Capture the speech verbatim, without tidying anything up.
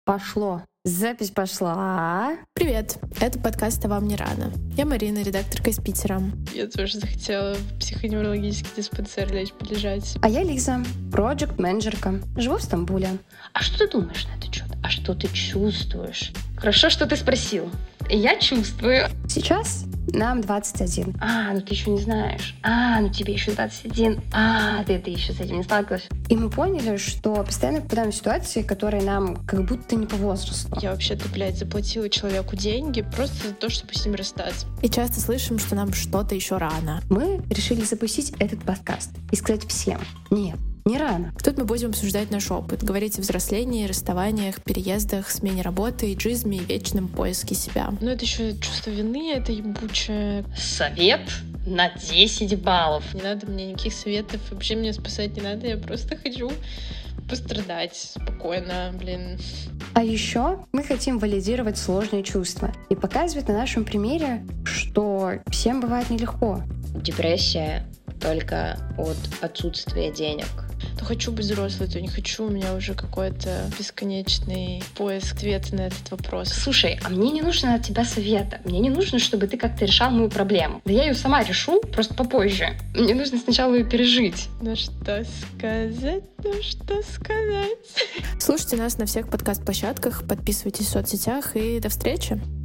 Пошло. Запись пошла. Привет, это подкаст «А вам не рано». Я Марина, редакторка из Питера. Я тоже захотела в психоневрологический диспансер лечь, полежать. А я Лиза, проект-менеджерка. Живу в Стамбуле. А что ты думаешь на этот счет? А что ты чувствуешь? Хорошо, что ты спросил. Я чувствую. Сейчас нам двадцать один. А, ну ты еще не знаешь. А, ну тебе еще двадцать один. А, ты, ты еще с этим не сталкивалась. И мы поняли, что постоянно попадаем в ситуации, которые нам как будто не по возрасту. Я вообще-то, блядь, заплатила человеку деньги просто за то, чтобы с ним расстаться. И часто слышим, что нам что-то еще рано. Мы решили запустить этот подкаст и сказать всем: нет, не рано. Тут мы будем обсуждать наш опыт, говорить о взрослении, расставаниях, переездах, смене работы, эйджизме и вечном поиске себя. Но это еще чувство вины, это ебучее. Совет на десять баллов. Не надо мне никаких советов, вообще меня спасать не надо, я просто хочу пострадать спокойно, блин. А еще мы хотим валидировать сложные чувства и показывать на нашем примере, что всем бывает нелегко. Депрессия только от отсутствия денег. То хочу быть взрослой, то не хочу. У меня уже какой-то бесконечный поиск ответа на этот вопрос. Слушай, а мне не нужно от тебя совета. Мне не нужно, чтобы ты как-то решал мою проблему. Да я ее сама решу, просто попозже. Мне нужно сначала ее пережить. Ну что сказать, ну что сказать. Слушайте нас на всех подкаст-площадках, подписывайтесь в соцсетях и до встречи!